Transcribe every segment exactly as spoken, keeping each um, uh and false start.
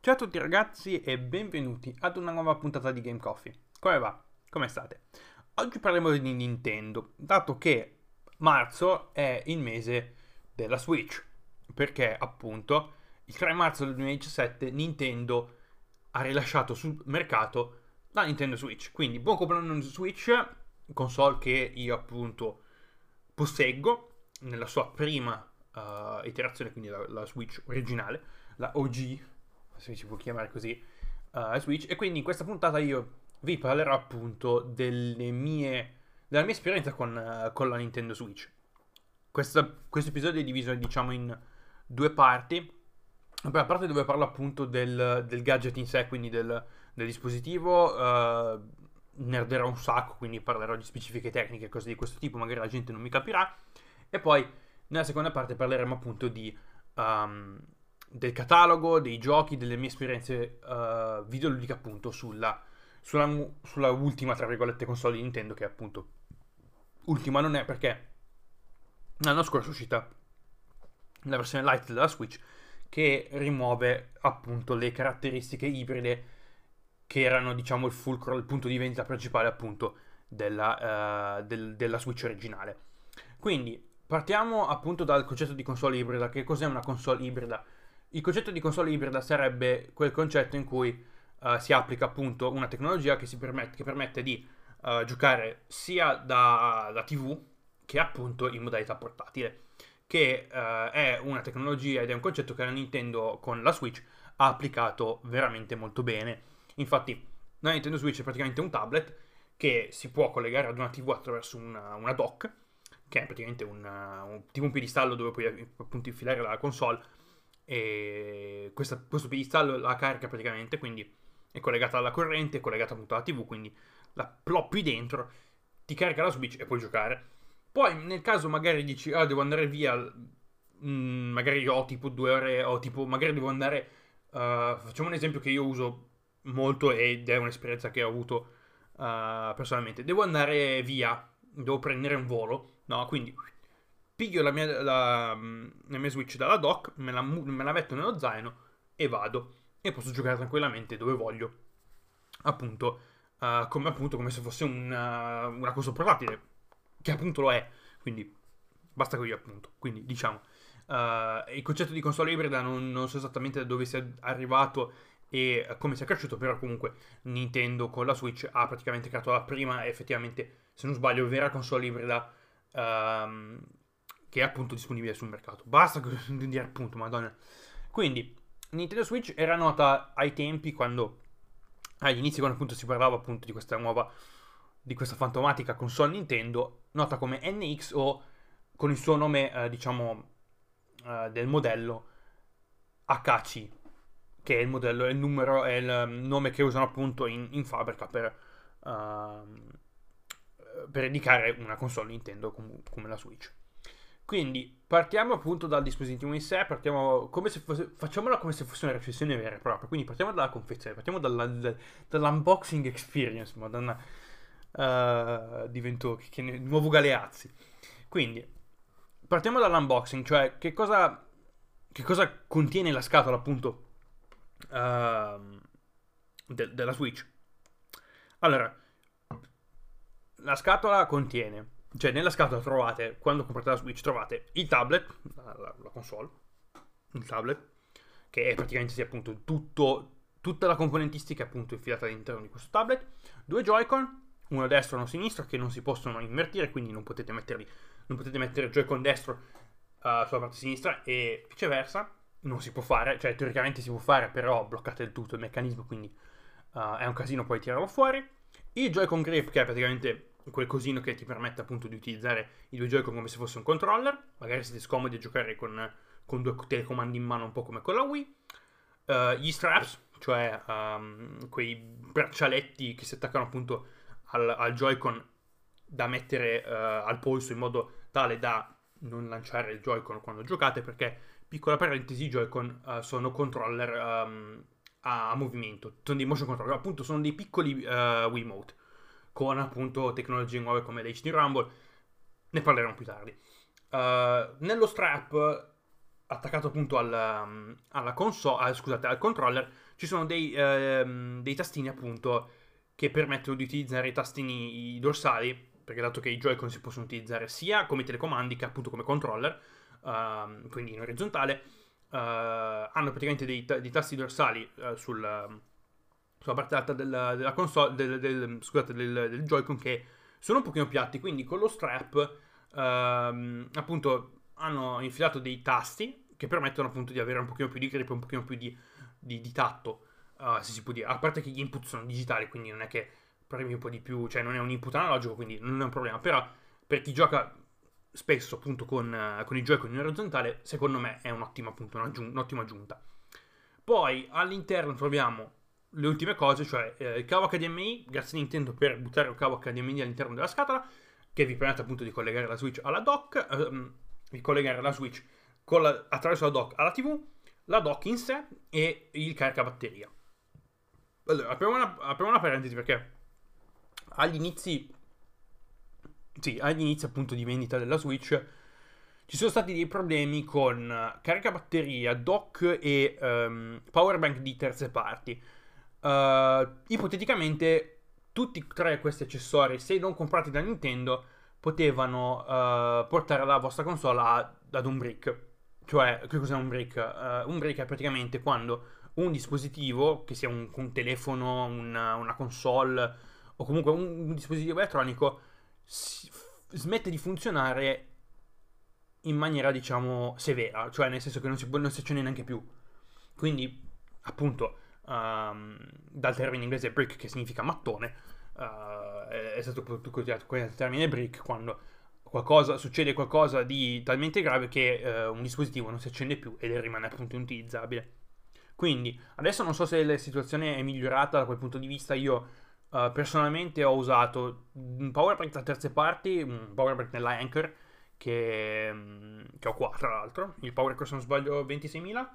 Ciao a tutti ragazzi e benvenuti ad una nuova puntata di Game Coffee. Come va? Come state? Oggi parliamo di Nintendo, dato che marzo è il mese della Switch, perché appunto il tre marzo del duemiladiciassette Nintendo ha rilasciato sul mercato la Nintendo Switch. Quindi buon compleanno Switch, console che io appunto posseggo nella sua prima uh, iterazione, quindi la, la Switch originale, la O G, se si può chiamare così, uh, Switch. E quindi in questa puntata io vi parlerò appunto delle mie, della mia esperienza con, uh, con la Nintendo Switch. Questa, questo episodio è diviso diciamo in due parti. La prima parte dove parlo appunto del, del gadget in sé, quindi del, del dispositivo, uh, nerderò un sacco, quindi parlerò di specifiche tecniche, cose di questo tipo, magari la gente non mi capirà. E poi nella seconda parte parleremo appunto di um, del catalogo, dei giochi, delle mie esperienze uh, videoludiche appunto sulla, sulla, sulla ultima, tra virgolette, console di Nintendo, che appunto ultima non è, perché l'anno scorso è uscita la versione Lite della Switch, che rimuove appunto le caratteristiche ibride che erano diciamo il fulcro, il punto di vendita principale appunto della, uh, del, della Switch originale. Quindi partiamo appunto dal concetto di console ibrida. Che cos'è una console ibrida? Il concetto di console ibrida sarebbe quel concetto in cui uh, si applica appunto una tecnologia che, si permette, che permette di uh, giocare sia da, da tivù che appunto in modalità portatile, che uh, è una tecnologia ed è un concetto che la Nintendo con la Switch ha applicato veramente molto bene. Infatti la Nintendo Switch è praticamente un tablet che si può collegare ad una tivù attraverso una, una dock, che è praticamente un, un, tipo un piedistallo dove puoi appunto infilare la console, e questa, questo piedistallo la carica praticamente, quindi è collegata alla corrente, è collegata appunto alla tivù, quindi la ploppi dentro, ti carica la Switch e puoi giocare. Poi nel caso magari dici, ah, devo andare via, mh, magari ho tipo due ore, o tipo magari devo andare, uh, facciamo un esempio che io uso molto ed è un'esperienza che ho avuto uh, personalmente, devo andare via, devo prendere un volo, no, quindi piglio la mia, la, la mia Switch dalla dock, me la, me la metto nello zaino e vado, e posso giocare tranquillamente dove voglio, appunto, uh, come, appunto come se fosse una, una console portatile, che appunto lo è, quindi basta così appunto. Quindi diciamo, uh, il concetto di console ibrida non, non so esattamente da dove sia arrivato e come sia cresciuto, però comunque Nintendo con la Switch ha praticamente creato la prima, effettivamente, se non sbaglio, vera console ibrida um, che è appunto disponibile sul mercato. Basta dire appunto, madonna. Quindi Nintendo Switch era nota ai tempi, quando agli inizi, quando appunto si parlava appunto di questa nuova, di questa fantomatica console Nintendo, nota come N X, o con il suo nome eh, diciamo eh, del modello H C, che è il modello, è il numero, è il nome che usano appunto in, in fabbrica per, uh, per indicare una console Nintendo come, come la Switch. Quindi partiamo appunto dal dispositivo in sé, partiamo come se fosse, facciamola come se fosse una recensione vera e propria. Quindi partiamo dalla confezione, partiamo dalla, dall'unboxing experience, madonna, uh, divento che, che, nuovo Galeazzi. Quindi partiamo dall'unboxing, cioè che cosa, che cosa contiene la scatola appunto uh, de- della Switch. Allora, la scatola contiene, cioè nella scatola trovate, quando comprate la Switch trovate il tablet, la, la, la console, il tablet, che è praticamente sì, appunto tutto, tutta la componentistica appunto infilata all'interno di questo tablet, due Joy-Con, uno a destra e uno a sinistra, che non si possono invertire, quindi non potete metterli, non potete mettere il Joy-Con destro uh, sulla parte sinistra e viceversa, non si può fare, cioè teoricamente si può fare, però bloccate del tutto il meccanismo, quindi uh, è un casino poi tirarlo fuori. Il Joy-Con Grip, che è praticamente quel cosino che ti permette appunto di utilizzare i due Joy-Con come se fosse un controller, magari siete scomodi a giocare con, con due telecomandi in mano un po' come con la Wii. Uh, gli straps, cioè um, quei braccialetti che si attaccano appunto al, al Joy-Con da mettere uh, al polso, in modo tale da non lanciare il Joy-Con quando giocate, perché, piccola parentesi, i Joy-Con uh, sono controller um, a, a movimento, sono dei motion controller, appunto sono dei piccoli uh, Wiimote, con appunto tecnologie nuove come l'H D Rumble, ne parleremo più tardi. Uh, nello strap attaccato appunto al, alla console, scusate, al controller, ci sono dei, ehm, dei tastini appunto che permettono di utilizzare i tastini dorsali, perché dato che i Joy-Con si possono utilizzare sia come telecomandi che appunto come controller, ehm, quindi in orizzontale, eh, hanno praticamente dei, dei tasti dorsali eh, sul, sulla parte alta della, della console, del, del, scusate, del, del Joy-Con, che sono un pochino piatti, quindi con lo strap ehm, appunto hanno infilato dei tasti che permettono appunto di avere un pochino più di grip, un pochino più di, di, di tatto, uh, se si può dire. A parte che gli input sono digitali, quindi non è che premi un po' di più, cioè non è un input analogico, quindi non è un problema. Però per chi gioca spesso appunto con, uh, con i Joy-Con in orizzontale, secondo me è un'ottima, appunto, un'ottima aggiunta. Poi all'interno troviamo le ultime cose, cioè eh, il cavo H D M I, grazie a Nintendo per buttare un cavo H D M I all'interno della scatola, che vi permette appunto di collegare la Switch alla dock, ehm, di collegare la Switch con la, attraverso la dock alla T V, la dock in sé e il caricabatteria. Allora, apriamo una, apriamo una parentesi perché agli inizi, sì, agli inizi appunto di vendita della Switch ci sono stati dei problemi con caricabatteria, dock e um, powerbank di terze parti. Uh, ipoteticamente tutti e tre questi accessori, se non comprati da Nintendo, potevano uh, portare la vostra console a, ad un brick. Cioè, che cos'è un brick? Uh, un brick è praticamente quando un dispositivo, che sia un, un telefono, una, una console o comunque un, un dispositivo elettronico, si, smette di funzionare in maniera, diciamo, severa, cioè nel senso che non si, non si accende neanche più. Quindi, appunto, um, dal termine inglese brick, che significa mattone, uh, è stato utilizzato quel termine brick quando qualcosa, succede qualcosa di talmente grave che uh, un dispositivo non si accende più ed rimane appunto inutilizzabile. Quindi, adesso non so se la situazione è migliorata da quel punto di vista. Io uh, personalmente ho usato un powerbank da terze parti, un powerbank nella Anchor, che, mm, che ho qua tra l'altro, il powerbank se non sbaglio ventiseimila,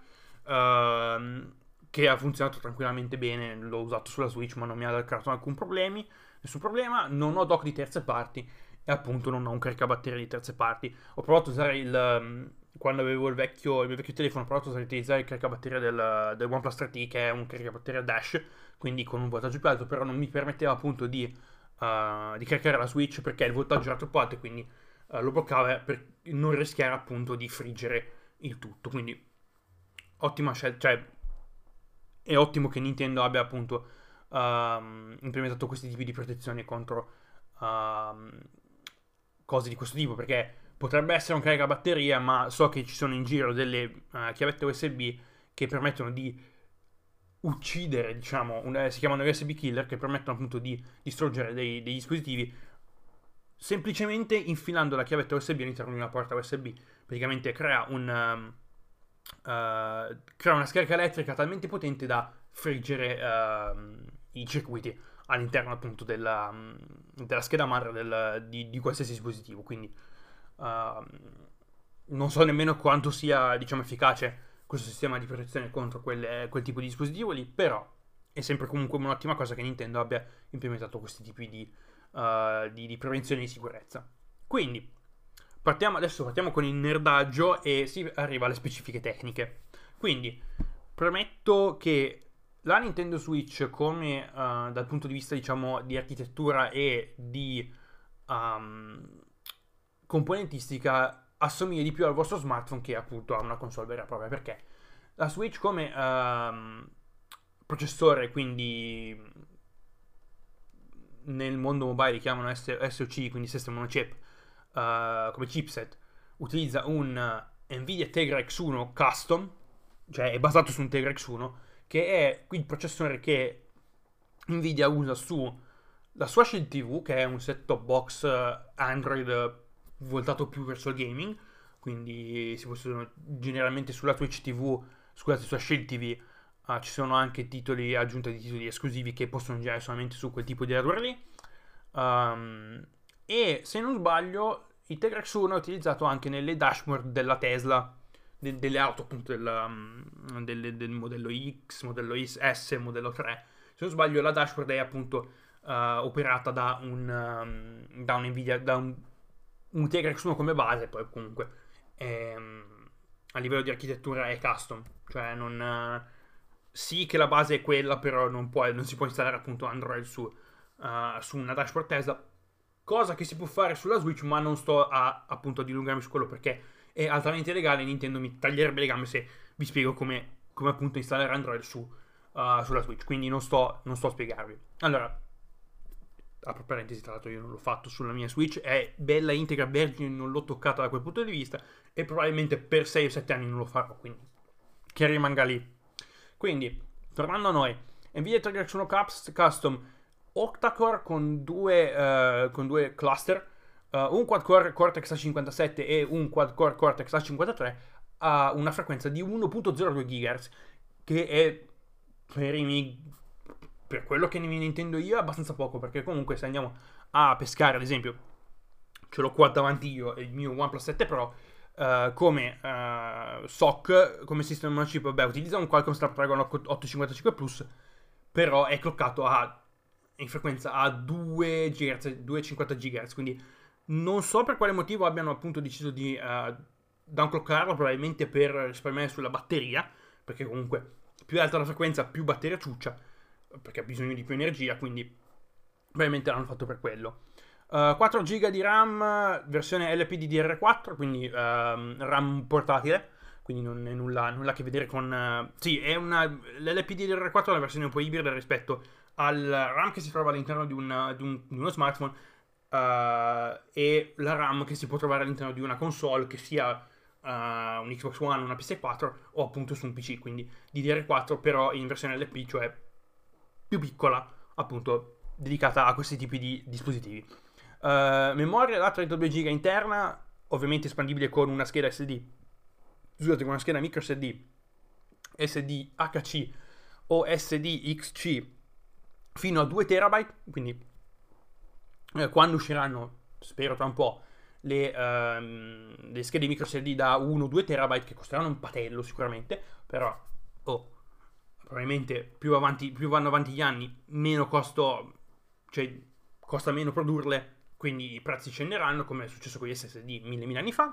uh, che ha funzionato tranquillamente bene. L'ho usato sulla Switch ma non mi ha creato alcun problemi, nessun problema. Non ho dock di terze parti e appunto non ho un caricabatterie di terze parti. Ho provato a usare il... Um, quando avevo il vecchio, il mio vecchio telefono, ho provato a utilizzare il caricabatteria del, del OnePlus tre T, che è un caricabatteria Dash, quindi con un voltaggio più alto, però non mi permetteva appunto di, uh, di caricare la Switch perché il voltaggio era troppo alto e quindi uh, lo bloccava per non rischiare appunto di friggere il tutto. Quindi ottima scelta, cioè è ottimo che Nintendo abbia appunto um, implementato questi tipi di protezioni contro um, cose di questo tipo, perché potrebbe essere un caricabatteria, ma so che ci sono in giro delle uh, chiavette U S B che permettono di uccidere, diciamo, un, eh, si chiamano U S B killer, che permettono appunto di distruggere dei, dei dispositivi semplicemente infilando la chiavetta U S B all'interno di una porta U S B. Praticamente crea un um, uh, crea una scarica elettrica talmente potente da friggere uh, i circuiti all'interno appunto della, um, della scheda madre del, di, di qualsiasi dispositivo. Quindi uh, non so nemmeno quanto sia, diciamo, efficace questo sistema di protezione contro quelle, quel tipo di dispositivo lì, però è sempre comunque un'ottima cosa che Nintendo abbia implementato questi tipi di, uh, di, di prevenzione e di sicurezza. Quindi partiamo, adesso partiamo con il nerdaggio e si arriva alle specifiche tecniche. Quindi premetto che la Nintendo Switch, come uh, dal punto di vista, diciamo, di architettura e di um, componentistica, assomiglia di più al vostro smartphone che appunto a una console vera e propria, perché la Switch come um, processore, quindi nel mondo mobile chiamano S O C, quindi System on a Chip, uh, come chipset, utilizza un uh, Nvidia Tegra X uno custom, cioè è basato su un Tegra X uno, che è il processore che Nvidia usa su la sua Shield T V, che è un set-top box uh, Android voltato più verso il gaming, quindi si possono generalmente sulla Twitch T V, scusate, sulla Shield T V uh, ci sono anche titoli, aggiunta di titoli esclusivi che possono girare solamente su quel tipo di hardware lì. Um, e se non sbaglio il Tegra X uno è utilizzato anche nelle dashboard della Tesla, de- delle auto appunto del, um, del, del modello X, modello S, modello tre. Se non sbaglio la dashboard è appunto uh, operata da un, um, da un Nvidia, da un, un Tegra X uno come base, poi comunque ehm, a livello di architettura è custom, cioè non... Uh, sì che la base è quella, però non, può, non si può installare appunto Android su, uh, su una dashboard Tesla, cosa che si può fare sulla Switch, ma non sto a, appunto a dilungarmi su quello perché è altamente legale. Nintendo mi taglierebbe le gambe se vi spiego come, come appunto installare Android su, uh, sulla Switch, quindi non sto, non sto a spiegarvi. Allora, apro parentesi, tra l'altro io non l'ho fatto sulla mia Switch, è bella integra vergine, non l'ho toccata da quel punto di vista e probabilmente per sei o sette anni non lo farò, quindi che rimanga lì. Quindi, tornando a noi, Nvidia tre uno Custom octa-core con due, uh, con due cluster, uh, un quad-core Cortex A cinquantasette e un quad-core Cortex A cinquantatré a una frequenza di uno virgola zero due gigahertz, che è per i miei, per quello che ne intendo io, è abbastanza poco, perché comunque se andiamo a pescare, ad esempio, ce l'ho qua davanti io, il mio OnePlus sette Pro, uh, come uh, S O C, come sistema chip, vabbè, utilizza un Qualcomm Snapdragon ottocentocinquantacinque Plus, però è clockato a, in frequenza a due gigahertz, due virgola cinquanta gigahertz, quindi non so per quale motivo abbiano appunto deciso di uh, downclockarlo, probabilmente per risparmiare sulla batteria, perché comunque più è alta la frequenza più batteria ciuccia, perché ha bisogno di più energia, quindi probabilmente l'hanno fatto per quello. Uh, quattro giga di RAM, versione L P D D R quattro, quindi uh, RAM portatile, quindi non è nulla, nulla a che vedere con... Uh, sì, è una... l'L P D D R quattro è una versione un po' ibrida rispetto al RAM che si trova all'interno di, un, di, un, di uno smartphone uh, e la RAM che si può trovare all'interno di una console, che sia uh, un Xbox One, una P S quattro o appunto su un P C, quindi D D R quattro però in versione L P, cioè più piccola, appunto dedicata a questi tipi di dispositivi. Uh, memoria da trentadue giga interna, ovviamente espandibile con una scheda S D, scusate, con una scheda micro S D, S D H C o S D X C fino a due terabyte, quindi eh, quando usciranno, spero tra un po', le, uh, le schede micro S D da uno due terabyte, che costeranno un patello sicuramente, però oh, probabilmente più, avanti, più vanno avanti gli anni, meno costo, cioè costa meno produrle, quindi i prezzi scenderanno, come è successo con gli S S D mille, mille anni fa.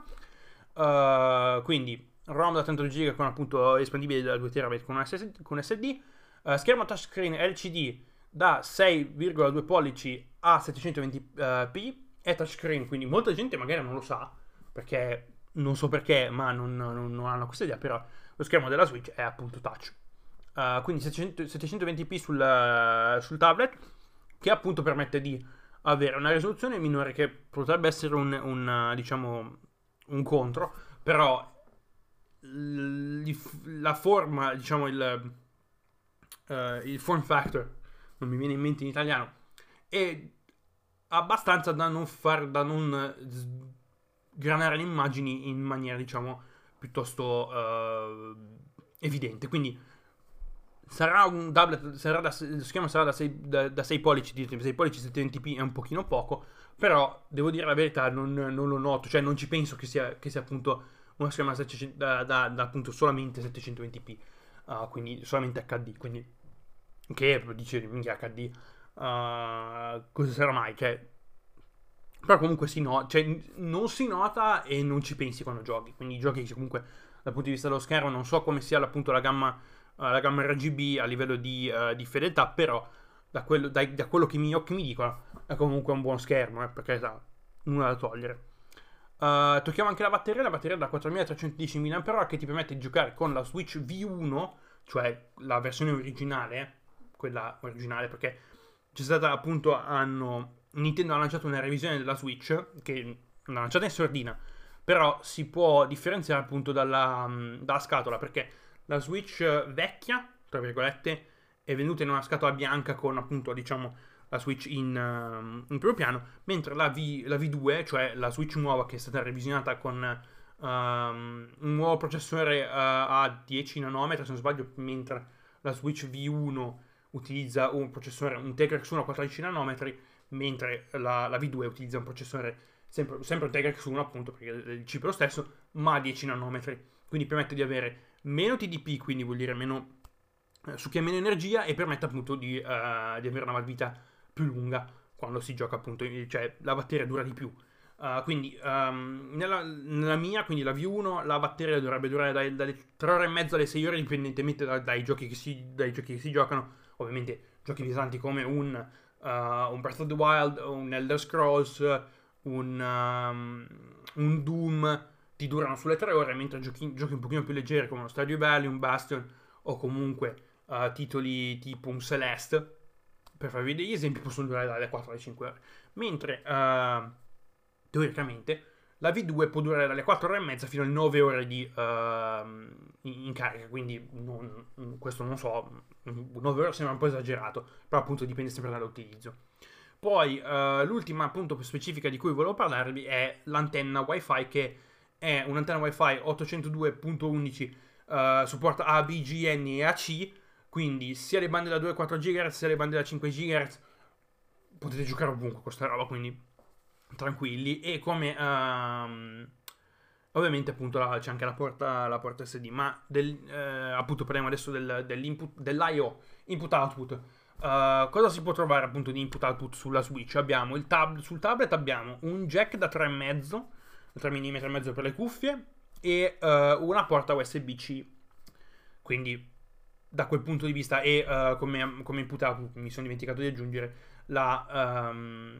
Uh, quindi ROM da trentadue giga con appunto espandibile da due terabyte con, S S D, con S D, uh, schermo touchscreen L C D da sei virgola due pollici a settecentoventi p e touchscreen, quindi molta gente magari non lo sa, perché non so perché, ma non, non, non hanno questa idea, però lo schermo della Switch è appunto touch. Uh, quindi settecentoventi p sul, uh, sul tablet, che appunto permette di avere una risoluzione minore, che potrebbe essere un, un diciamo un contro, però l- la forma, diciamo il, uh, il form factor, non mi viene in mente in italiano, è abbastanza da non far, da non sgranare le immagini in maniera, diciamo, piuttosto uh, evidente. Quindi sarà un tablet, sarà da, lo schermo sarà da sei, da, da sei pollici, sei pollici settecentoventi p è un pochino poco, però devo dire la verità, non, non lo noto, cioè non ci penso che sia, che sia appunto uno schermo da, da, da appunto solamente settecentoventi p, uh, quindi solamente H D, quindi che dice minchia H D, uh, cosa sarà mai, cioè, però comunque si nota, cioè non si nota e non ci pensi quando giochi, quindi i giochi comunque dal punto di vista dello schermo, non so come sia appunto la gamma la gamma R G B a livello di, uh, di fedeltà, però da quello, dai, da quello che i miei occhi mi dicono è comunque un buon schermo, eh, perché sa, nulla da togliere. Uh, tocchiamo anche la batteria, la batteria da quattromilatrecentodieci milliamperi orari, che ti permette di giocare con la Switch V uno, cioè la versione originale, quella originale, perché c'è stata appunto, hanno, Nintendo ha lanciato una revisione della Switch, che l'ha lanciata in sordina, però si può differenziare appunto dalla, dalla scatola, perché la Switch vecchia, tra virgolette, è venuta in una scatola bianca con appunto, diciamo, la Switch in, uh, in primo piano, mentre la, v, la V due, cioè la Switch nuova che è stata revisionata con uh, un nuovo processore uh, a dieci nanometri, se non sbaglio, mentre la Switch V uno utilizza un processore, un Tegra X uno a quattordici nanometri, mentre la, la V due utilizza un processore sempre, sempre un Tegra X uno, appunto, perché il chip è lo stesso, ma a dieci nanometri, quindi permette di avere meno T D P, quindi vuol dire meno, eh, succhia meno energia, e permette appunto di, uh, di avere una vita più lunga quando si gioca, appunto, cioè la batteria dura di più Uh, quindi um, nella, nella mia, quindi la V uno, la batteria dovrebbe durare dai, dalle tre ore e mezza alle sei ore, indipendentemente da, dai, giochi che si, dai giochi che si giocano. Ovviamente giochi pesanti come un, uh, un Breath of the Wild, un Elder Scrolls, un, um, un Doom ti durano sulle tre ore, mentre giochi, giochi un pochino più leggeri come uno Stardew Valley, un Bastion o comunque uh, titoli tipo un Celeste, per farvi degli esempi, possono durare dalle quattro alle cinque ore. Mentre uh, teoricamente la V due può durare dalle quattro ore e mezza fino alle nove ore di uh, in, in carica, quindi non, questo non so, nove ore sembra un po' esagerato, però appunto dipende sempre dall'utilizzo. Poi uh, l'ultima appunto specifica di cui volevo parlarvi è l'antenna Wi-Fi, che è un'antenna Wi-Fi ottocentodue punto undici, uh, supporta A, B, G, N e A C, quindi sia le bande da due e quattro gigahertz sia le bande da cinque gigahertz, potete giocare ovunque con questa roba, quindi tranquilli. E come um, ovviamente appunto la, c'è anche la porta, la porta S D, ma del, eh, appunto parliamo adesso del, dell'input, dell'I O, input output. Uh, cosa si può trovare appunto di input output sulla Switch? Abbiamo il tab- sul tablet abbiamo un jack da tre virgola cinque, tre millimetri e mezzo per le cuffie, e uh, una porta U S B-C. Quindi da quel punto di vista, e uh, come, come input output mi sono dimenticato di aggiungere la, um,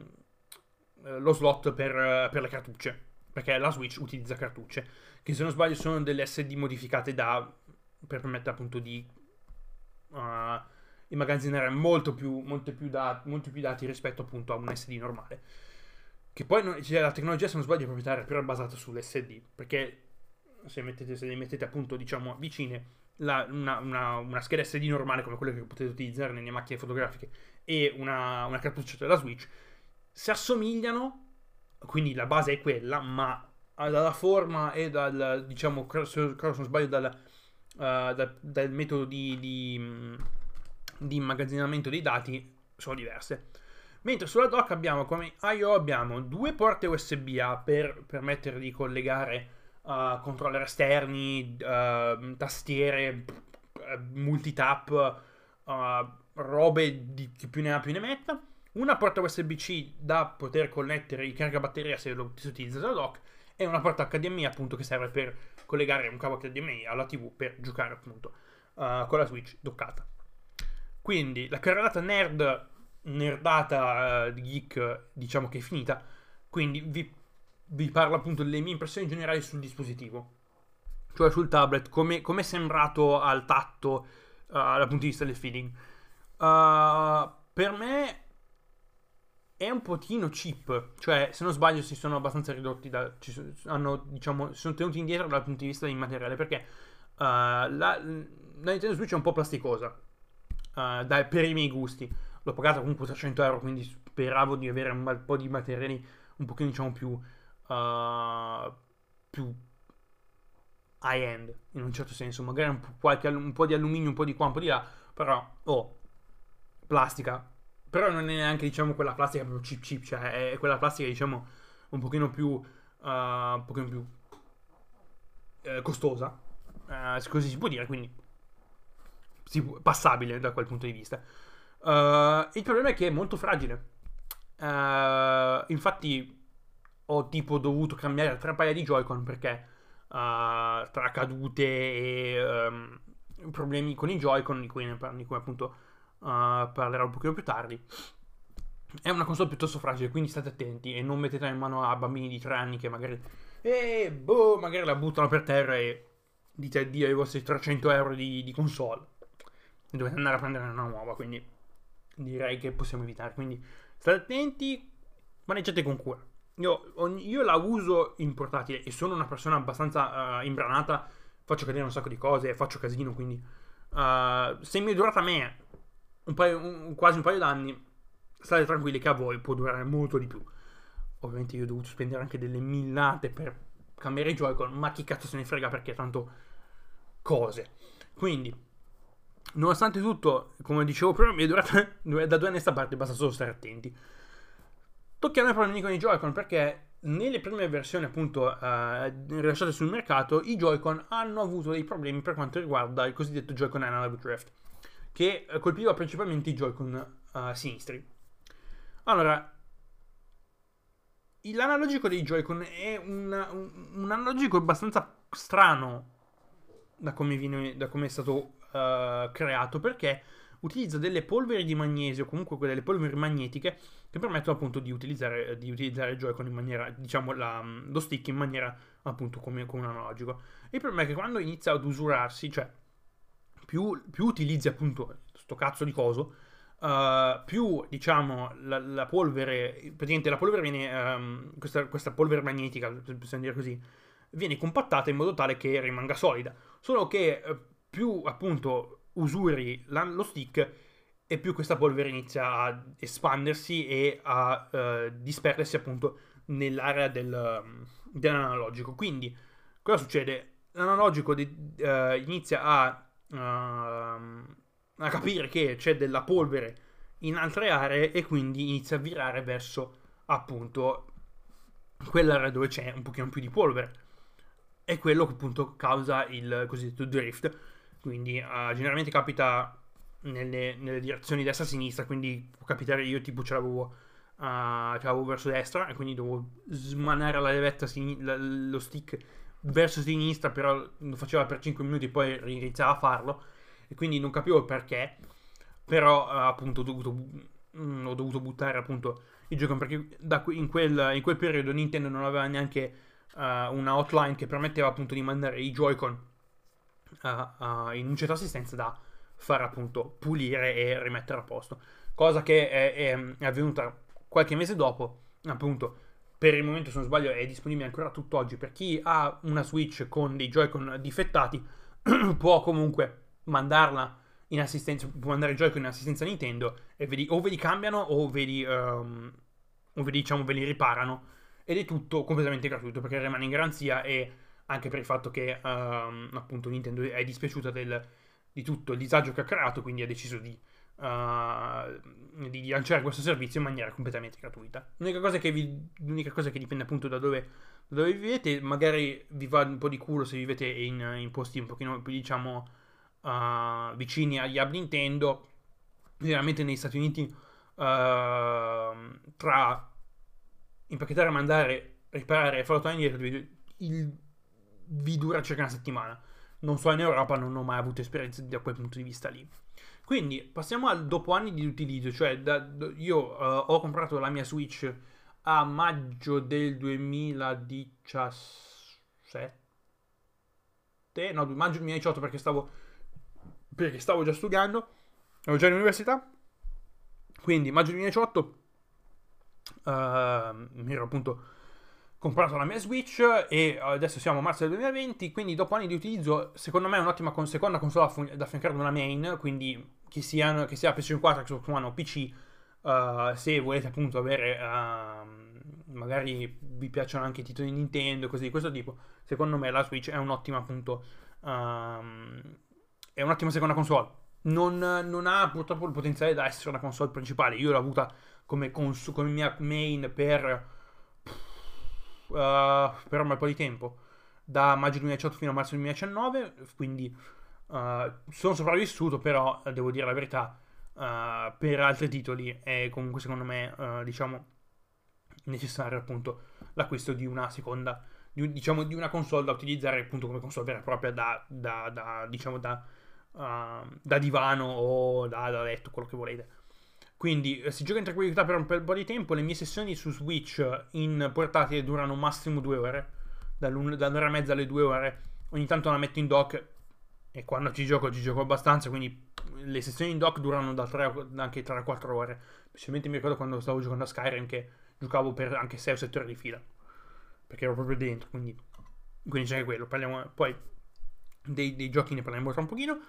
lo slot per, per le cartucce, perché la Switch utilizza cartucce, che se non sbaglio sono delle S D modificate da, per permettere appunto di uh, immagazzinare molto più, molto, più da, molto più dati rispetto appunto a un S D normale. Che poi non, cioè, la tecnologia, se non sbaglio, è proprietaria, però è basata sull'S D, perché se, mettete, se le mettete appunto diciamo vicine, la, una, una, una scheda S D normale come quella che potete utilizzare nelle macchine fotografiche e una, una cartuccia della Switch si assomigliano, quindi la base è quella, ma dalla forma e dal, diciamo, se non sbaglio, dal, uh, dal, dal metodo di, di, di immagazzinamento dei dati sono diverse. Mentre sulla dock abbiamo, come I O, abbiamo due porte U S B A per permettere di collegare uh, controller esterni, uh, tastiere, uh, multitap, uh, robe di chi più ne ha più ne metta. Una porta U S B-C da poter connettere il caricabatteria se lo si utilizza la dock, e una porta H D M I appunto che serve per collegare un cavo H D M I alla tivù per giocare appunto uh, con la Switch doccata. Quindi la carrellata nerd nerdata uh, geek diciamo che è finita, quindi vi, vi parlo appunto delle mie impressioni generali sul dispositivo, cioè sul tablet, come è sembrato al tatto uh, dal punto di vista del feeling. Uh, per me è un pochino cheap, cioè se non sbaglio si sono abbastanza ridotti, da, ci sono, hanno, diciamo, si sono tenuti indietro dal punto di vista del materiale, perché uh, la, la Nintendo Switch è un po' plasticosa uh, dai, per i miei gusti. L'ho pagata comunque trecento euro, quindi speravo di avere un bel po' di materiali un pochino diciamo più uh, più high end in un certo senso, magari un po', qualche, un po' di alluminio, un po' di qua, un po' di là, però oh, plastica. Però non è neanche diciamo quella plastica proprio cheap cheap, cioè è quella plastica diciamo un pochino più uh, un pochino più eh, costosa, uh, così si può dire, quindi si può, passabile da quel punto di vista. Uh, il problema è che è molto fragile, uh, infatti ho tipo dovuto cambiare tre paia di Joy-Con perché uh, tra cadute e um, problemi con i Joy-Con di cui, ne, di cui appunto Uh, parlerò un pochino più tardi. È una console piuttosto fragile, quindi state attenti e non mettetela in mano a bambini di tre anni che magari eh, boh, magari la buttano per terra e dite addio ai vostri trecento euro di, di console e dovete andare a prendere una nuova, quindi direi che possiamo evitare. Quindi state attenti, maneggiate con cura. Io, io la uso in portatile e sono una persona abbastanza uh, imbranata, faccio cadere un sacco di cose, faccio casino, quindi uh, se mi è durata a me Un paio, un, quasi un paio d'anni, state tranquilli che a voi può durare molto di più. Ovviamente io ho dovuto spendere anche delle millate per cambiare i Joy-Con, ma chi cazzo se ne frega, perché tanto cose. Quindi nonostante tutto, come dicevo prima, mi è durata da due anni a sta parte, basta solo stare attenti. Tocchiamo i problemi con i Joy-Con, perché nelle prime versioni appunto eh, rilasciate sul mercato i Joy-Con hanno avuto dei problemi per quanto riguarda il cosiddetto Joy-Con Analog Drift, che colpiva principalmente i Joy-Con uh, sinistri. Allora, l'analogico dei Joy-Con è un, un, un analogico abbastanza strano da come, viene, da come è stato uh, creato, perché utilizza delle polveri di magnesio, comunque delle polveri magnetiche, che permettono appunto di utilizzare, di utilizzare il Joy-Con in maniera, diciamo, la, lo stick in maniera appunto come, come un analogico. Il problema è che quando inizia ad usurarsi, cioè più, più utilizzi appunto sto cazzo di coso, uh, più diciamo la, la polvere, praticamente la polvere viene, um, questa, questa polvere magnetica, possiamo dire così, viene compattata in modo tale che rimanga solida. Solo che uh, più appunto usuri la, lo stick e più questa polvere inizia a espandersi e a uh, disperdersi appunto nell'area del, dell'analogico. Quindi cosa succede? L'analogico di, uh, inizia a, uh, a capire che c'è della polvere in altre aree e quindi inizia a virare verso appunto quell'area dove c'è un pochino più di polvere. È quello che appunto causa il cosiddetto drift. Quindi uh, generalmente capita nelle, nelle direzioni destra-sinistra, quindi può capitare, io tipo ce l'avevo, uh, ce l'avevo verso destra e quindi dovevo smanare la levetta, sin- la, lo stick verso sinistra, però lo faceva per cinque minuti e poi iniziava a farlo e quindi non capivo perché, però uh, appunto ho dovuto, mm, ho dovuto buttare appunto il gioco, perché da, in, quel, in quel periodo Nintendo non aveva neanche uh, una hotline che permetteva appunto di mandare i Joy-Con Uh, uh, in un centro assistenza da far appunto pulire e rimettere a posto, cosa che è, è, è avvenuta qualche mese dopo. Appunto, per il momento, se non sbaglio, è disponibile ancora tutt'oggi per chi ha una Switch con dei Joy-Con difettati. Può comunque mandarla in assistenza, può mandare i Joy-Con in assistenza Nintendo e vedi, o ve li cambiano o ve li, um, o ve li, diciamo, ve li riparano, ed è tutto completamente gratuito perché rimane in garanzia, e anche per il fatto che um, appunto Nintendo è dispiaciuta del, di tutto il disagio che ha creato, quindi ha deciso di, uh, di, di lanciare questo servizio in maniera completamente gratuita. L'unica cosa che, vi, l'unica cosa che dipende appunto da dove, da dove vivete, magari vi va un po' di culo se vivete in, in posti un pochino più, diciamo, uh, vicini agli hub Nintendo. Generalmente negli Stati Uniti uh, tra impacchettare, mandare, riparare e farlo tornare indietro, il vi dura circa una settimana. Non so in Europa, non ho mai avuto esperienze da quel punto di vista lì. Quindi passiamo al dopo anni di utilizzo, cioè da, io uh, ho comprato la mia Switch a maggio del duemiladiciassette, no, maggio duemiladiciotto, perché stavo perché stavo già studiando, ero già in università, quindi maggio duemiladiciotto uh, mi ero appunto comprato la mia Switch e adesso siamo a marzo del duemilaventi, quindi dopo anni di utilizzo secondo me è un'ottima con- seconda console da affiancare ad una main, quindi che sia, che sia P S quattro, Xbox One o P C, uh, se volete appunto avere, uh, magari vi piacciono anche i titoli Nintendo e cose di questo tipo, secondo me la Switch è un'ottima appunto, um, è un'ottima seconda console. Non, non ha purtroppo il potenziale da essere una console principale. Io l'ho avuta come, cons- come mia main per Uh, per un bel po' di tempo, da maggio duemiladiciotto fino a marzo duemiladiciannove, quindi uh, sono sopravvissuto, però devo dire la verità, uh, per altri titoli è comunque secondo me uh, diciamo necessario appunto l'acquisto di una seconda, di, diciamo di una console da utilizzare appunto come console vera e propria da, da, da diciamo da, uh, da divano o da, da letto, quello che volete. Quindi si gioca in tranquillità per un po' di tempo. Le mie sessioni su Switch in portatile durano massimo due ore, dall'un'ora e mezza alle due ore. Ogni tanto la metto in dock e quando ci gioco ci gioco abbastanza, quindi le sessioni in dock durano da tre, anche tre a quattro ore. Specialmente mi ricordo quando stavo giocando a Skyrim che giocavo per anche sei o sette ore di fila, perché ero proprio dentro, quindi, quindi c'è anche quello. Parliamo poi dei, dei giochi, ne parliamo tra un pochino.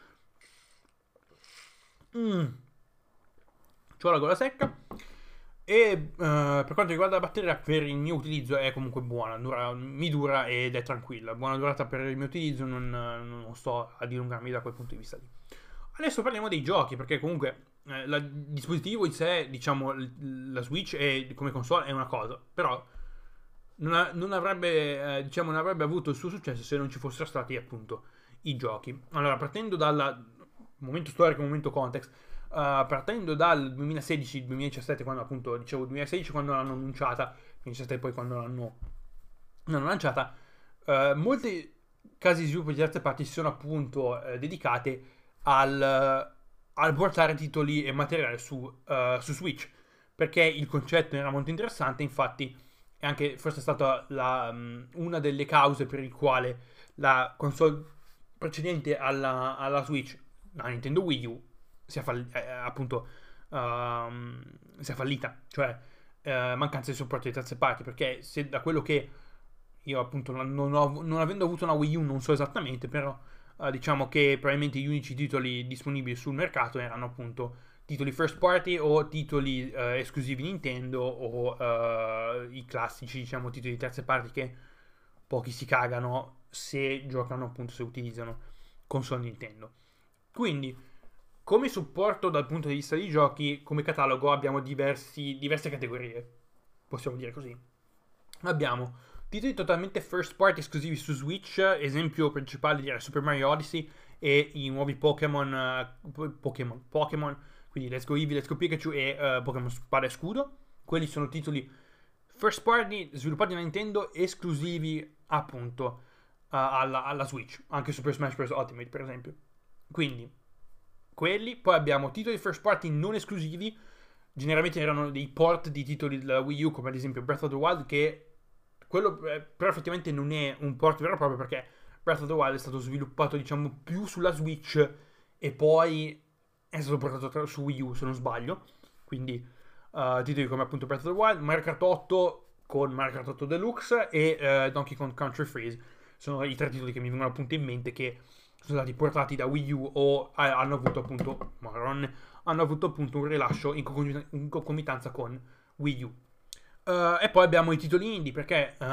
Mmm C'ho la gola secca e uh, per quanto riguarda la batteria, per il mio utilizzo è comunque buona, dura, mi dura ed è tranquilla, buona durata per il mio utilizzo, non, non sto a dilungarmi da quel punto di vista lì. Adesso parliamo dei giochi, perché comunque eh, la, il dispositivo in sé, diciamo la Switch è, come console è una cosa, però non, ha, non avrebbe eh, diciamo non avrebbe avuto il suo successo se non ci fossero stati appunto i giochi. Allora, partendo dal momento storico, momento context, Uh, partendo dal duemilasedici duemiladiciassette, quando appunto dicevo duemilasedici, quando l'hanno annunciata, mi duemiladiciassette poi quando l'hanno, l'hanno lanciata, uh, molti casi di sviluppo di terze parti si sono appunto uh, dedicate al, al portare titoli e materiale su, uh, su Switch, perché il concetto era molto interessante. Infatti è anche forse stata la, um, una delle cause per il quale la console precedente alla, alla Switch, la Nintendo Wii U, si è fall- eh, appunto uh, si è fallita, cioè uh, mancanza di supporto di terze parti, perché se da quello che io appunto non, ho, non avendo avuto una Wii U non so esattamente, però uh, diciamo che probabilmente gli unici titoli disponibili sul mercato erano appunto titoli first party o titoli uh, esclusivi Nintendo o uh, i classici, diciamo, titoli di terze parti che pochi si cagano se giocano, appunto, se utilizzano console Nintendo. Quindi, come supporto dal punto di vista dei giochi, come catalogo abbiamo diversi, diverse categorie, possiamo dire così. Abbiamo titoli totalmente first party esclusivi su Switch, esempio principale direi Super Mario Odyssey e i nuovi Pokémon, uh, Pokémon, Pokémon, quindi Let's Go Eevee, Let's Go Pikachu e uh, Pokémon Spada e Scudo. Quelli sono titoli first party sviluppati da Nintendo, esclusivi appunto uh, alla, alla Switch, anche Super Smash Bros. Ultimate per esempio. Quindi quelli, poi abbiamo titoli first party non esclusivi, generalmente erano dei port di titoli della Wii U, come ad esempio Breath of the Wild, che quello eh, però effettivamente non è un port vero e proprio, perché Breath of the Wild è stato sviluppato diciamo più sulla Switch e poi è stato portato su Wii U se non sbaglio. Quindi uh, titoli come appunto Breath of the Wild, Mario Kart otto con Mario Kart otto Deluxe e uh, Donkey Kong Country Freeze sono i tre titoli che mi vengono appunto in mente, che sono stati portati da Wii U o eh, hanno avuto appunto Maron, hanno avuto appunto un rilascio in, concom- in concomitanza con Wii U. Uh, e poi abbiamo i titoli indie, perché uh,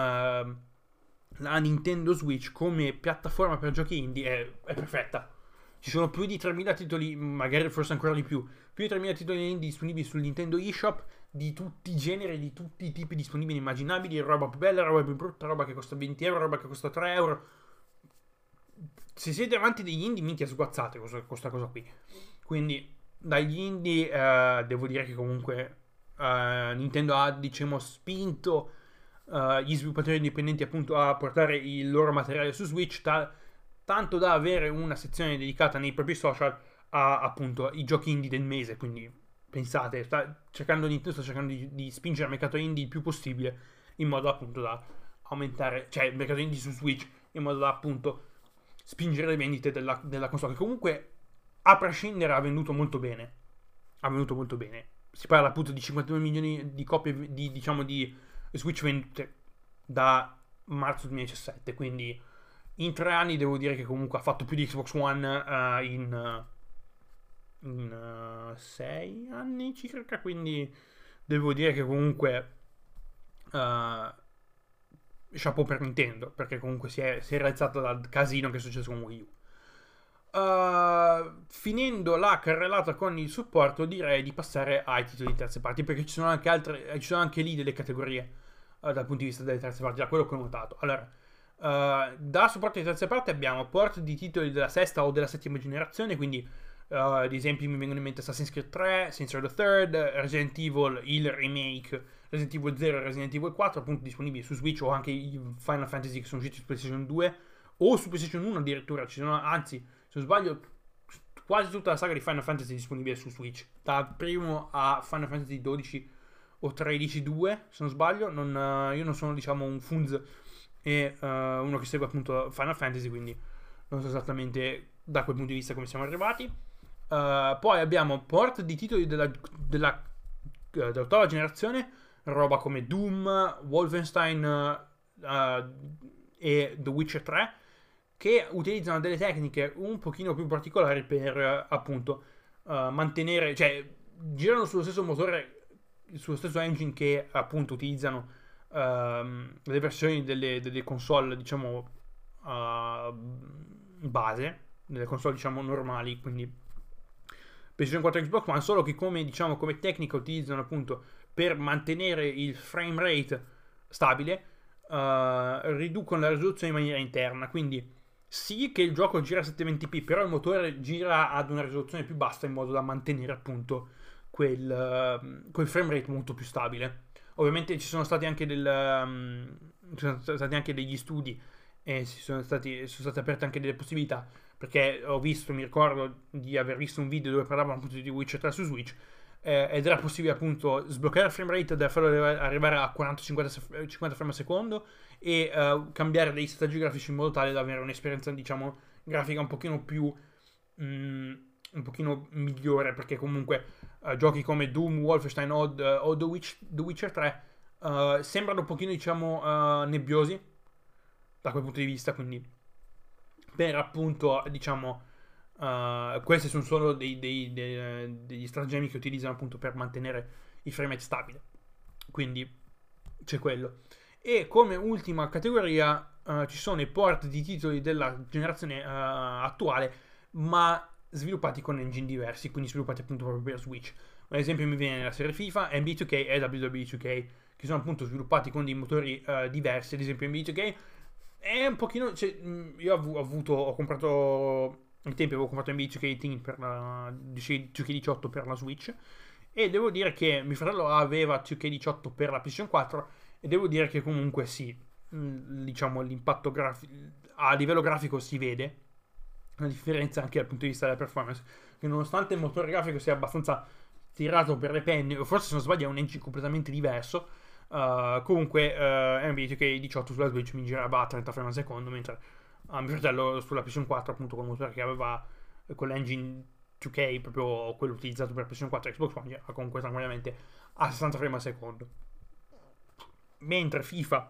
la Nintendo Switch come piattaforma per giochi indie è, è perfetta. Ci sono più di tremila titoli, magari forse ancora di più, più di tremila titoli indie disponibili sul Nintendo eShop, di tutti i generi, di tutti i tipi disponibili e immaginabili, roba più bella, roba più brutta, roba che costa venti euro, roba che costa tre euro. Se siete amanti degli indie, minchia, sguazzate questa, questa cosa qui. Quindi dagli indie eh, devo dire che comunque eh, Nintendo ha, diciamo, spinto eh, gli sviluppatori indipendenti appunto a portare il loro materiale su Switch, ta- tanto da avere una sezione dedicata nei propri social a appunto i giochi indie del mese. Quindi pensate, sta cercando Nintendo sta cercando di, di spingere il mercato indie il più possibile, in modo appunto da aumentare, cioè il mercato indie su Switch, in modo da appunto spingere le vendite della, della console, che comunque a prescindere ha venduto molto bene. Ha venduto molto bene. Si parla appunto di cinquantadue milioni di copie di, diciamo, di Switch vendute da marzo duemiladiciassette, quindi in tre anni devo dire che comunque ha fatto più di Xbox One uh, in, uh, in uh, sei anni circa, quindi devo dire che comunque uh, chapeau per Nintendo, perché comunque si è, si è rialzata dal casino che è successo con Wii U. Uh, finendo la carrellata con il supporto, direi di passare ai titoli di terze parti, perché ci sono anche altre, ci sono anche lì delle categorie uh, dal punto di vista delle terze parti, da quello che ho notato. Allora, uh, da supporto di terze parti abbiamo port di titoli della sesta o della settima generazione, quindi uh, ad esempio mi vengono in mente Assassin's Creed tre, Saints Row the Third, Resident Evil, il remake, Resident Evil zero e Resident Evil quattro, appunto disponibili su Switch, o anche i Final Fantasy che sono usciti su PlayStation due o su PlayStation uno addirittura. Ci sono, anzi, se non sbaglio, quasi tutta la saga di Final Fantasy è disponibile su Switch, dal primo a Final Fantasy dodici o tredici due, se non sbaglio. Non, uh, io non sono, diciamo, un funz e uh, uno che segue appunto Final Fantasy, quindi non so esattamente da quel punto di vista come siamo arrivati. Uh, poi abbiamo port di titoli della, della, uh, dell'ottava generazione, roba come Doom, Wolfenstein uh, e The Witcher tre, che utilizzano delle tecniche un pochino più particolari per uh, appunto uh, mantenere, cioè girano sullo stesso motore, sullo stesso engine che appunto utilizzano uh, le versioni delle, delle console, diciamo, uh, base, delle console, diciamo, normali, quindi PlayStation quattro e Xbox One, solo che come, diciamo, come tecnica utilizzano appunto per mantenere il frame rate stabile, uh, riducono la risoluzione in maniera interna. Quindi sì che il gioco gira a settecentoventi p, però il motore gira ad una risoluzione più bassa in modo da mantenere appunto quel, uh, quel frame rate molto più stabile. Ovviamente ci sono stati anche, del, um, ci sono stati anche degli studi e si sono, stati, sono state aperte anche delle possibilità, perché ho visto, mi ricordo di aver visto un video dove parlavano appunto di Witcher tre su Switch, eh, ed era possibile appunto sbloccare il frame rate da farlo arrivare a quaranta cinquanta frame al secondo e uh, cambiare dei settaggi grafici in modo tale da avere un'esperienza, diciamo, grafica un pochino più mm, un pochino migliore, perché comunque uh, giochi come Doom, Wolfenstein o, uh, o The, Witch, The Witcher tre uh, sembrano un pochino, diciamo, uh, nebbiosi da quel punto di vista, quindi per appunto, diciamo, uh, questi sono solo dei, dei, dei, degli stratagemmi che utilizzano appunto per mantenere il frame rate stabile, quindi c'è quello. E come ultima categoria uh, ci sono i port di titoli della generazione uh, attuale, ma sviluppati con engine diversi, quindi sviluppati appunto proprio per Switch. Un esempio mi viene la serie FIFA, N B A due K e W W E due K, che sono appunto sviluppati con dei motori uh, diversi. Ad esempio N B A due K è un pochino, cioè, io ho avuto, ho comprato, ai tempi avevo comprato N B A due K Team per la due K diciotto per la Switch, e devo dire che mio fratello aveva due K diciotto per la PlayStation quattro, e devo dire che comunque sì, diciamo l'impatto grafico a livello grafico si vede una differenza anche dal punto di vista della performance, che nonostante il motore grafico sia abbastanza tirato per le penne, o forse se non sbaglio è un engine completamente diverso, uh, comunque uh, N B A due K diciotto sulla Switch mi girava a trenta frame al secondo, mentre uh, mio fratello sulla PlayStation quattro, appunto con il motore che aveva, con l'engine due K, proprio quello utilizzato per PlayStation quattro e Xbox One, era comunque tranquillamente a sessanta frame al secondo. Mentre FIFA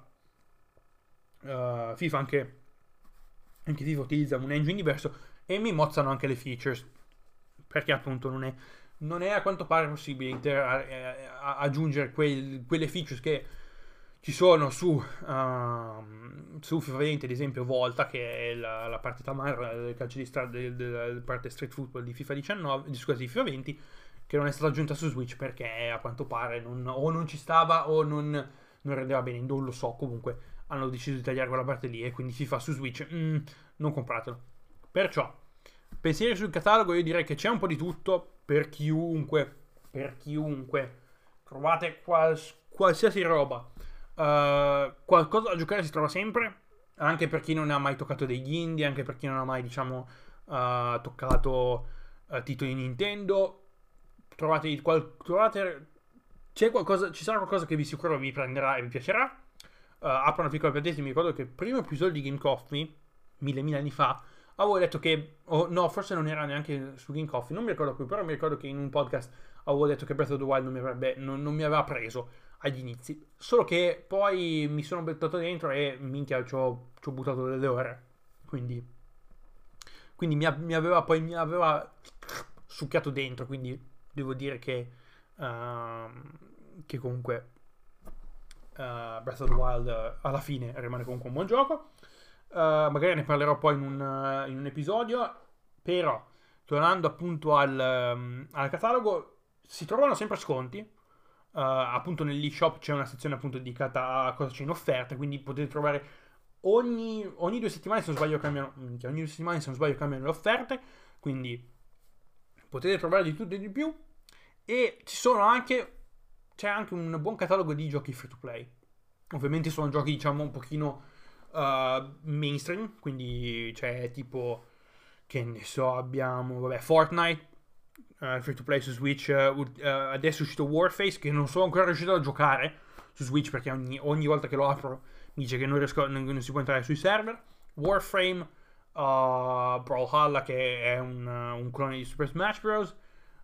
uh, FIFA anche anche FIFA utilizza un engine diverso e mi mozzano anche le features, perché appunto non è, non è a quanto pare possibile inter- eh, aggiungere quel, quelle features che ci sono su, uh, su FIFA venti, ad esempio Volta, che è la, la partita madre del calcio di strada, della parte street football di FIFA diciannove, scusa, di FIFA venti, che non è stata aggiunta su Switch perché a quanto pare non, o non ci stava o non, non rendeva bene, non lo so. Comunque hanno deciso di tagliare quella parte lì e quindi FIFA su Switch mm, non compratelo. Perciò pensieri sul catalogo, io direi che c'è un po' di tutto per chiunque, per chiunque trovate quals- qualsiasi roba, uh, qualcosa da giocare si trova sempre, anche per chi non ha mai toccato degli indie, anche per chi non ha mai, diciamo, uh, toccato uh, titoli Nintendo. Trovate, qual- trovate c'è qualcosa, ci sarà qualcosa che vi sicuro vi prenderà e vi piacerà. Uh, apro una piccola parentesi, mi ricordo che il primo episodio di Game Coffee, mille mille anni fa, avevo detto che, oh, no, forse non era neanche su Game Coffee, non mi ricordo più, però mi ricordo che in un podcast avevo detto che Breath of the Wild non mi, avrebbe, non, non mi aveva preso agli inizi, solo che poi mi sono buttato dentro e minchia ci ho, ci ho buttato delle ore, quindi quindi mi, mi aveva poi mi aveva succhiato dentro, quindi devo dire che uh, che comunque Uh, Breath of the Wild uh, alla fine rimane comunque un buon gioco. Uh, magari ne parlerò poi in un, uh, in un episodio. Però, tornando appunto al, um, al catalogo, si trovano sempre sconti. Uh, appunto nell'eShop c'è una sezione appunto dedicata a cosa c'è in offerta, quindi potete trovare ogni, ogni due settimane, se non sbaglio cambiano ogni due settimane se non sbaglio cambiano le offerte, quindi potete trovare di tutto e di più. E ci sono anche c'è anche un buon catalogo di giochi free to play. Ovviamente sono giochi, diciamo, un pochino uh, mainstream, quindi c'è tipo, che ne so, abbiamo, vabbè, Fortnite, uh, free to play su Switch, uh, uh, adesso è uscito Warface, che non sono ancora riuscito a giocare su Switch, perché ogni, ogni volta che lo apro mi dice che non, riesco, non, non si può entrare sui server. Warframe, uh, Brawlhalla, che è un, uh, un clone di Super Smash Bros.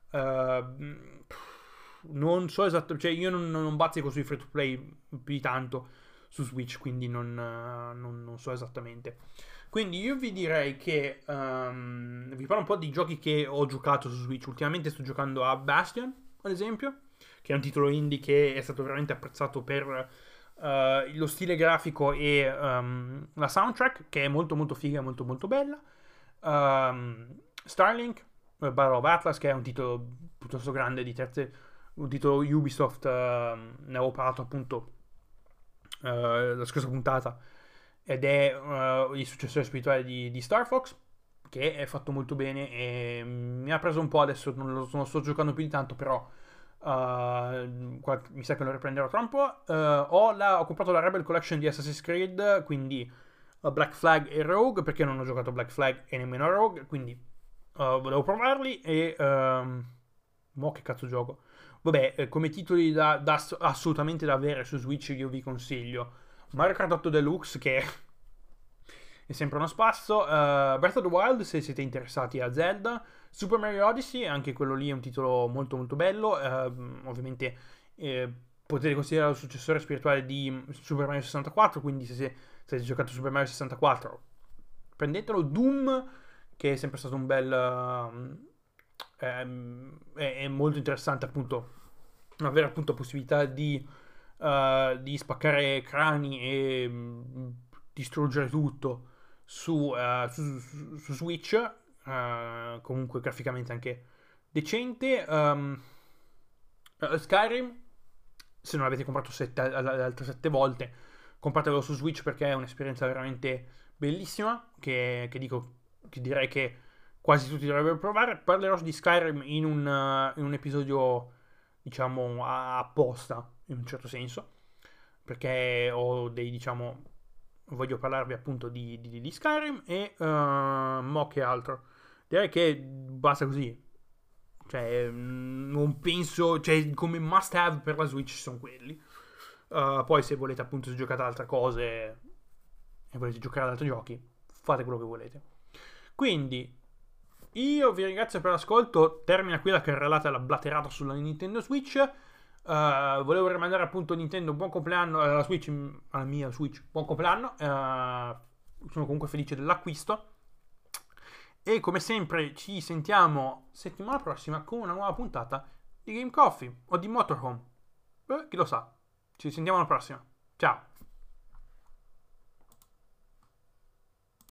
Uh, non so esattamente, cioè io non, non bazzico sui free to play più di tanto su Switch, quindi non, uh, non, non so esattamente. Quindi io vi direi che um, vi parlo un po' di giochi che ho giocato su Switch. Ultimamente sto giocando a Bastion, ad esempio, che è un titolo indie che è stato veramente apprezzato per uh, lo stile grafico e um, la soundtrack, che è molto molto figa e molto molto bella. um, Starlink Battle of Atlas, che è un titolo piuttosto grande di terze, un titolo Ubisoft, uh, ne avevo parlato appunto uh, la scorsa puntata, ed è uh, il successore spirituale di, di Star Fox, che è fatto molto bene e mi ha preso un po', adesso non lo, non lo sto giocando più di tanto, però Uh, qua, mi sa che lo riprenderò tra un po'. Uh, ho, la, ho comprato la Rebel Collection di Assassin's Creed, quindi uh, Black Flag e Rogue, perché non ho giocato Black Flag e nemmeno Rogue, quindi uh, volevo provarli. E uh, mo che cazzo gioco? Vabbè, eh, come titoli da, da assolutamente da avere su Switch io vi consiglio Mario Kart otto Deluxe, che è sempre uno spasso, uh, Breath of the Wild se siete interessati a Zelda, Super Mario Odyssey, anche quello lì è un titolo molto molto bello, uh, ovviamente eh, potete considerare il successore spirituale di Super Mario sessantaquattro, quindi se, se, se avete giocato Super Mario sessantaquattro prendetelo. Doom, che è sempre stato un bel... Uh, ehm, è, è molto interessante appunto avere appunto possibilità di, uh, di spaccare crani e mh, distruggere tutto su, uh, su, su, su Switch, uh, comunque graficamente anche decente. Um, uh, Skyrim, se non l'avete comprato sette, le altre sette volte, compratelo su Switch perché è un'esperienza veramente bellissima, che, che dico, che direi che quasi tutti dovrebbero provare. Parlerò di Skyrim in un, uh, in un episodio, diciamo, apposta, in un certo senso, perché ho dei, diciamo, voglio parlarvi appunto di, di, di Skyrim e uh, mo che altro. Direi che basta così. Cioè, non penso, cioè, come must have per la Switch sono quelli. Uh, poi se volete appunto se giocate ad altre cose e volete giocare ad altri giochi, fate quello che volete. Quindi io vi ringrazio per l'ascolto. Termina qui la carrellata e la blaterata sulla Nintendo Switch. Uh, volevo rimandare appunto Nintendo buon compleanno alla Switch, alla mia Switch, buon compleanno. Uh, sono comunque felice dell'acquisto. E come sempre ci sentiamo settimana prossima con una nuova puntata di Game Coffee o di Motorhome. Eh, chi lo sa. Ci sentiamo alla prossima. Ciao.